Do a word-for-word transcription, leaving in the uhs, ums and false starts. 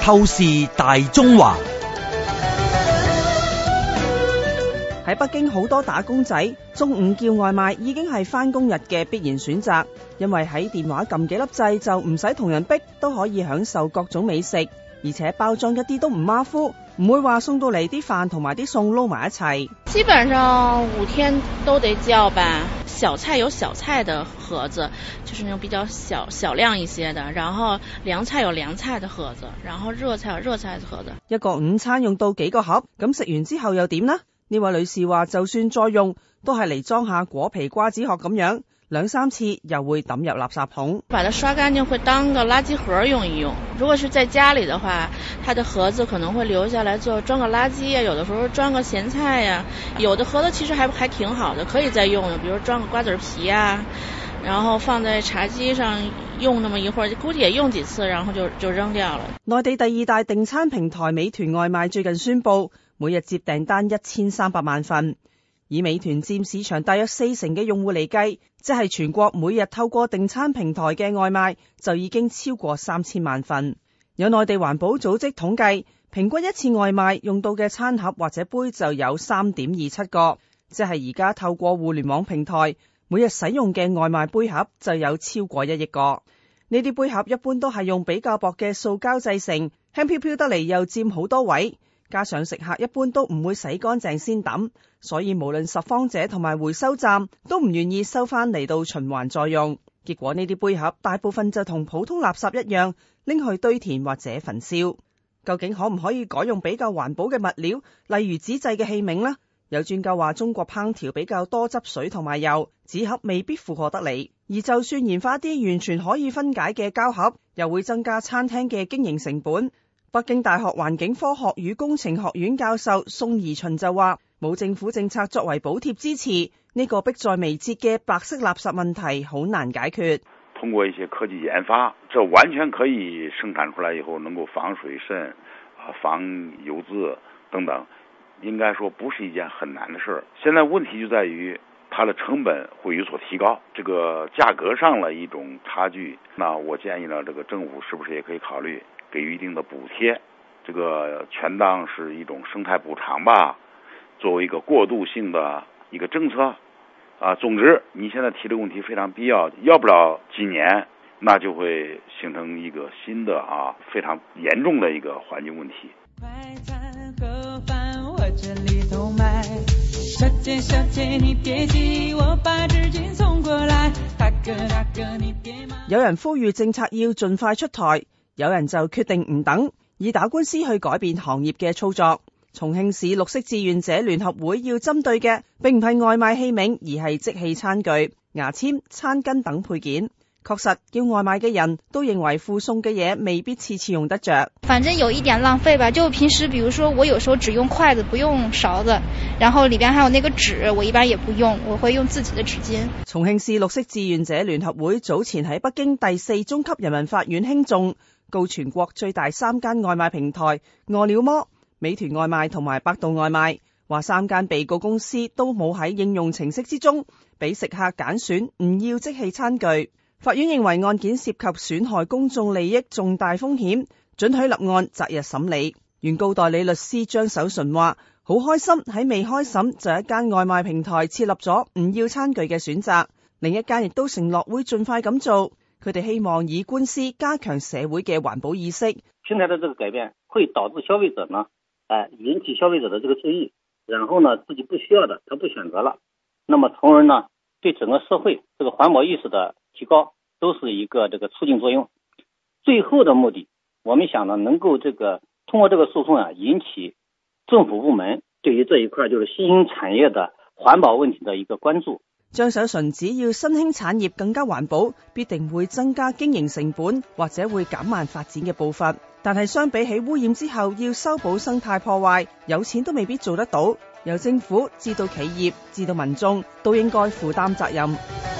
透視大中華。 喺北京好多打工仔中午叫外賣已經係返工日嘅必然選擇，因為喺電話撳幾粒掣就唔使同人逼，都可以享受各種美食，而且包裝一啲都唔馬虎，唔會話送到嚟啲飯同埋啲餸撈埋一齊。 基本上五天都得叫吧。小菜有小菜的盒子，就是那種比較小小量一些的，然後涼菜有涼菜的盒子，然後熱菜有熱菜的盒子。 一個午餐用到幾個盒，咁食完之後又點呢？呢位女士話就算再用都係嚟裝下果皮瓜子殼咁樣，兩三次又會抌入垃圾桶。 把它刷乾淨會當個垃圾盒用一用，如果是在家裡的話，它的盒子可能會留下來做裝個垃圾呀，有的時候裝個鹹菜呀，有的盒子其實還還挺好的，可以再用的，比如裝個瓜子皮呀，然後放在茶几上用那麼一會兒，估計也用幾次，然後就就扔掉了。內地第二大訂餐平台美團外賣最近宣布，每日接訂單一千三百萬份，以美團佔市場大約四成嘅用戶嚟計，即係全國每日透過訂餐平台嘅外賣就已經超過三千萬份。有內地環保組織統計，平均一次外賣用到嘅餐盒或者杯就有三點二七個，即係而家透過互聯網平台每日使用嘅外賣杯盒就有超過一億個。呢啲杯盒一般都係用比較薄嘅塑膠製成，輕飄飄得嚟又佔好多位。加上食客一般都唔會洗乾淨先抌，所以無論拾荒者同埋回收站都唔願意收翻嚟到循環再用。結果呢啲杯盒大部分就同普通垃圾一樣，拎去堆填或者焚燒。究竟可唔可以改用比較環保嘅物料，例如紙製嘅器皿呢？有專家話中國烹調比較多汁水同埋油，紙盒未必負荷得嚟。而就算研發啲完全可以分解嘅膠盒，又會增加餐廳嘅經營成本。北京大學環境科學與工程學院教授宋怡群就話，冇政府政策作為補貼支持，呢個迫在眉睫嘅白色垃圾問題好難解決。 通過一些科技研發，這完全可以生產出來以後能夠防水滲、防油漬等等，應該說不是一件很難的事。現在問題就在於它的成本會有所提高，這個價格上了一種差距。那我建議呢，這個政府是不是也可以考慮給予一定的補貼，這個權當是一種生態補償吧，作為一個過渡性的一個政策啊。總之你現在提的問題非常必要，要不了幾年那就會形成一個新的啊非常嚴重的一個環境問題。快餐盒飯我這裡都買，小姐小姐你別急，我把紙巾送過來，大哥大哥你別忙。有人呼籲政策要盡快出台，有人就決定唔等，以打官司去改變行業嘅操作。重慶市綠色志願者聯合會要針對嘅並唔係外賣器皿，而係即棄餐具、牙籤、餐巾等配件。確實叫外賣嘅人都認為附送嘅嘢未必次次用得着， 反正有一點浪費吧。就平時比如說我有時候只用筷子不用勺子，然後裏邊還有那個紙我一般也不用，我會用自己的紙巾。 重慶市綠色志願者聯合會早前喺北京第四中級人民法院輕訟，告全國最大三間外賣平台餓了麼、美團外賣同埋百度外賣，話三間被告公司都冇喺應用程式之中俾食客揀選唔要即棄餐具。法院認為案件涉及損害公眾利益重大風險，准許立案擇日審理。原告代理律師張守純話，好開心喺未開審就一間外賣平台設立咗唔要餐具嘅選擇，另一間亦都承諾會盡快咁做。佢哋希望以官司加強社會嘅環保意識。 平台的這個改變會導致消費者呢，呃，引起消費者的這個注意，然後呢自己不需要的他不選擇了，那麼從而呢對整個社會這個環保意識的提高都是一個這個促進作用。最後的目的，我們想呢，能夠這個通過這個訴訟啊，引起政府部門對於這一塊就是新興產業的環保問題的一個關注。 張守純只要新興產業更加環保，必定會增加經營成本，或者會減慢發展嘅步伐。但係相比起污染之後要修補生態破壞，有錢都未必做得到。由政府至到企業至到民眾都應該負擔責任。